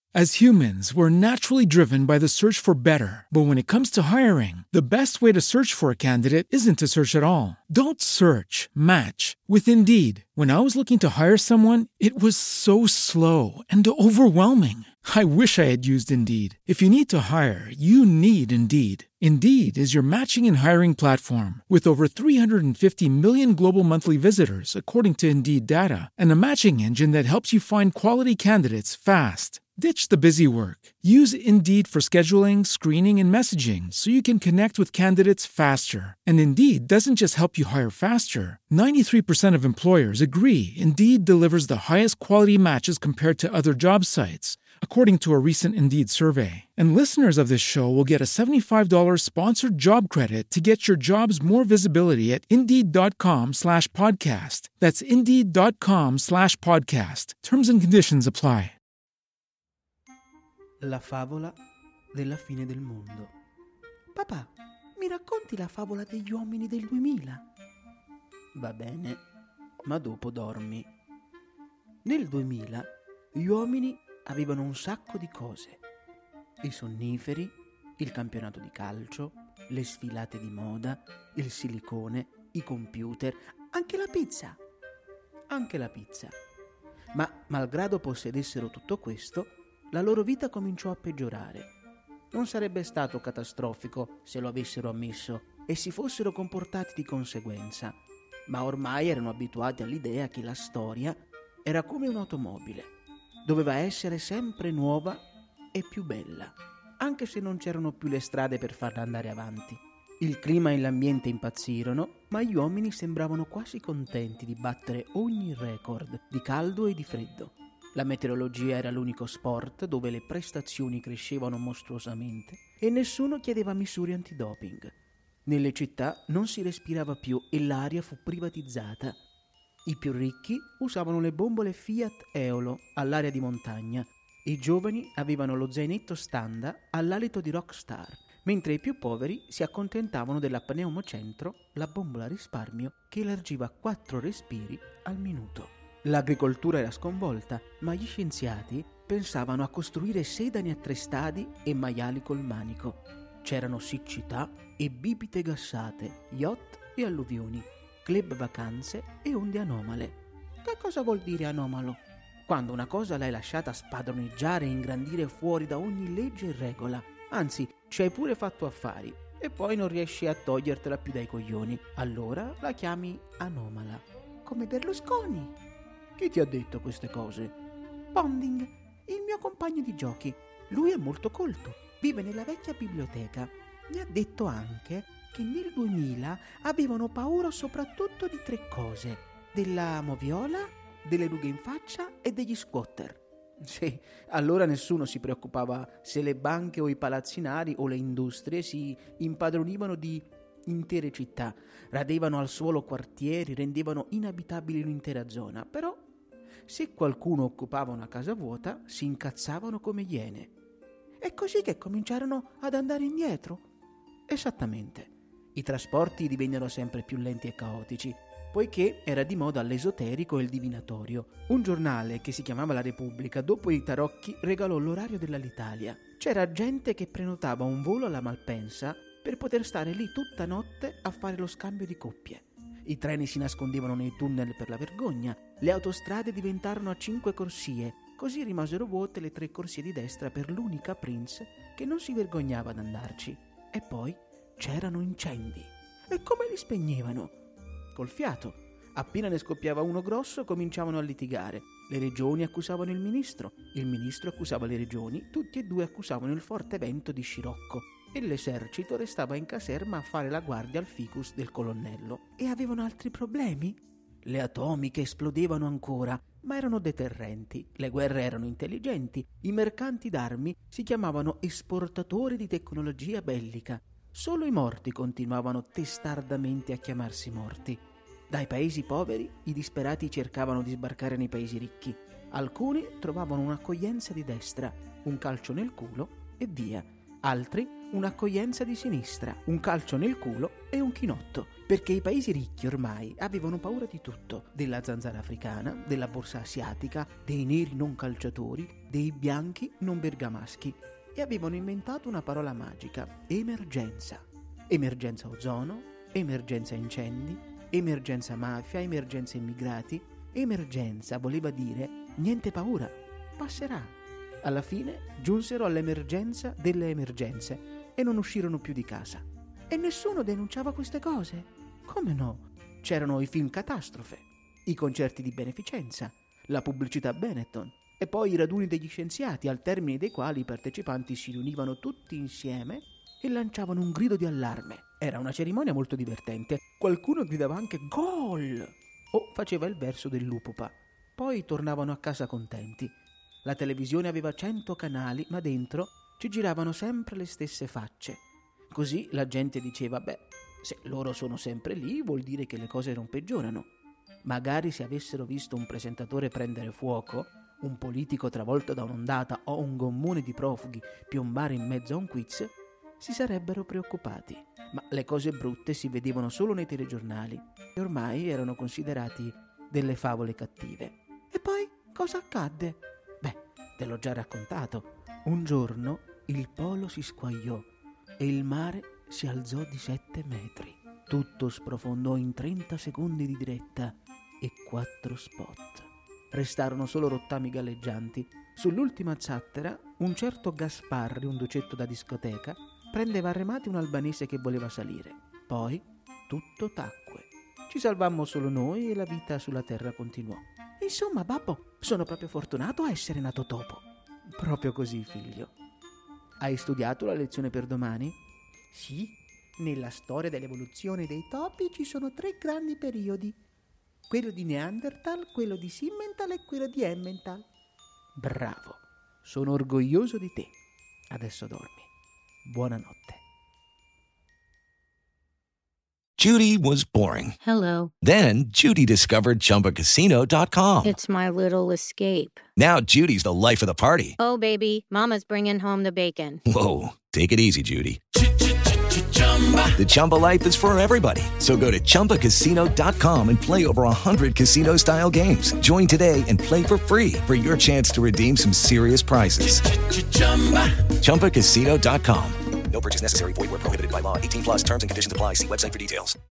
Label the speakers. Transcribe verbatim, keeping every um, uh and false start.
Speaker 1: As humans, we're naturally driven by the search for better. But when it comes to hiring, the best way to search for a candidate isn't to search at all. Don't search, match with Indeed. When I was looking to hire someone, it was so slow and overwhelming. I wish I had used Indeed. If you need to hire, you need Indeed. Indeed is your matching and hiring platform with over three hundred fifty million global monthly visitors, according to Indeed data, and a matching engine that helps you find quality candidates fast. Ditch the busy work. Use Indeed for scheduling, screening, and messaging so you can connect with candidates faster. And Indeed doesn't just help you hire faster. ninety-three percent of employers agree Indeed delivers the highest quality matches compared to other job sites, according to a recent Indeed survey. And listeners of this show will get a seventy-five dollars sponsored job credit to get your jobs more visibility at Indeed.com slash podcast. That's Indeed.com slash podcast. Terms and conditions apply.
Speaker 2: La favola della fine del mondo. Papà, mi racconti la favola degli uomini del duemila? Va bene, ma dopo dormi. Nel duemila gli uomini avevano un sacco di cose. I sonniferi, il campionato di calcio, le sfilate di moda, il silicone, i computer, anche la pizza. Anche la pizza. Ma malgrado possedessero tutto questo, la loro vita cominciò a peggiorare. Non sarebbe stato catastrofico se lo avessero ammesso e si fossero comportati di conseguenza, ma ormai erano abituati all'idea che la storia era come un'automobile. Doveva essere sempre nuova e più bella, anche se non c'erano più le strade per farla andare avanti. Il clima e l'ambiente impazzirono, ma gli uomini sembravano quasi contenti di battere ogni record di caldo e di freddo. La meteorologia era l'unico sport dove le prestazioni crescevano mostruosamente e nessuno chiedeva misure antidoping. Nelle città non si respirava più e l'aria fu privatizzata. I più ricchi usavano le bombole Fiat Eolo all'aria di montagna. I giovani avevano lo zainetto Standa all'alito di rockstar, mentre i più poveri si accontentavano della pneumocentro, la bombola risparmio che elargiva quattro respiri al minuto. L'agricoltura era sconvolta, ma gli scienziati pensavano a costruire sedani a tre stadi e maiali col manico. C'erano siccità e bibite gassate, yacht e alluvioni, club vacanze e onde anomale. Che cosa vuol dire anomalo? Quando una cosa l'hai lasciata spadroneggiare e ingrandire fuori da ogni legge e regola, anzi, ci hai pure fatto affari e poi non riesci a togliertela più dai coglioni. Allora la chiami anomala. Come Berlusconi. Chi ti ha detto queste cose? Ponding, il mio compagno di giochi. Lui è molto colto, vive nella vecchia biblioteca. Mi ha detto anche che nel duemila avevano paura soprattutto di tre cose: della moviola, delle rughe in faccia e degli squatter. Sì, allora nessuno si preoccupava se le banche o i palazzinari o le industrie si impadronivano di intere città, radevano al suolo quartieri, rendevano inabitabili un'intera zona. Però se qualcuno occupava una casa vuota, si incazzavano come iene. È così che cominciarono ad andare indietro. Esattamente. I trasporti divennero sempre più lenti e caotici, poiché era di moda l'esoterico e il divinatorio. Un giornale che si chiamava La Repubblica, dopo i tarocchi, regalò l'orario dell'Alitalia. C'era gente che prenotava un volo alla Malpensa per poter stare lì tutta notte a fare lo scambio di coppie. I treni si nascondevano nei tunnel per la vergogna, le autostrade diventarono a cinque corsie, così rimasero vuote le tre corsie di destra per l'unica Prince che non si vergognava ad andarci. E poi c'erano incendi. E come li spegnevano? Col fiato. Appena ne scoppiava uno grosso, cominciavano a litigare. Le regioni accusavano il ministro, il ministro accusava le regioni, tutti e due accusavano il forte vento di scirocco. E l'esercito restava in caserma a fare la guardia al ficus del colonnello. E avevano altri problemi? Le atomiche esplodevano ancora, ma erano deterrenti. Le guerre erano intelligenti. I mercanti d'armi si chiamavano esportatori di tecnologia bellica. Solo i morti continuavano testardamente a chiamarsi morti. Dai paesi poveri i disperati cercavano di sbarcare nei paesi ricchi. Alcuni trovavano un'accoglienza di destra, un calcio nel culo e via. altri un'accoglienza di sinistra, un calcio nel culo e un chinotto, perché i paesi ricchi ormai avevano paura di tutto, della zanzara africana, della borsa asiatica, dei neri non calciatori, dei bianchi non bergamaschi, e avevano inventato una parola magica: emergenza. Emergenza ozono, emergenza incendi, emergenza mafia, emergenza immigrati. Emergenza voleva dire niente paura, passerà. Alla fine giunsero all'emergenza delle emergenze e non uscirono più di casa. E nessuno denunciava queste cose. Come no? C'erano i film catastrofe, i concerti di beneficenza, la pubblicità Benetton e poi i raduni degli scienziati, al termine dei quali i partecipanti si riunivano tutti insieme e lanciavano un grido di allarme. Era una cerimonia molto divertente. Qualcuno gridava anche "Gol!" o faceva il verso dell'upupa. Poi tornavano a casa contenti. La televisione aveva cento canali, ma dentro ci giravano sempre le stesse facce. Così la gente diceva: beh, se loro sono sempre lì vuol dire che le cose non peggiorano. Magari se avessero visto un presentatore prendere fuoco, un politico travolto da un'ondata o un gommone di profughi piombare in mezzo a un quiz, si sarebbero preoccupati. Ma le cose brutte si vedevano solo nei telegiornali e ormai erano considerati delle favole cattive. E poi cosa accadde? Beh, te l'ho già raccontato. Un giorno il polo si squagliò e il mare si alzò di sette metri. Tutto sprofondò in trenta secondi di diretta e quattro spot. Restarono solo rottami galleggianti. Sull'ultima zattera, un certo Gasparri, un docetto da discoteca, prendeva a remate un albanese che voleva salire. Poi tutto tacque. Ci salvammo solo noi e la vita sulla terra continuò. Insomma, babbo, sono proprio fortunato a essere nato topo. Proprio così, figlio. Hai studiato la lezione per domani? Sì. Nella storia dell'evoluzione dei topi ci sono tre grandi periodi. Quello di Neanderthal, quello di Simmental e quello di Emmental. Bravo. Sono orgoglioso di te. Adesso dormi. Buonanotte.
Speaker 3: Judy was boring.
Speaker 4: Hello.
Speaker 3: Then Judy discovered Chumba Casino dot com.
Speaker 4: It's my little escape.
Speaker 3: Now Judy's the life of the party.
Speaker 4: Oh, baby, mama's bringing home the bacon.
Speaker 3: Whoa, take it easy, Judy. The Chumba life is for everybody. So go to Chumba Casino dot com and play over one hundred casino-style games. Join today and play for free for your chance to redeem some serious prizes. Chumba Casino dot com. No purchase necessary. Void where prohibited by law. eighteen plus terms and conditions apply. See website for details.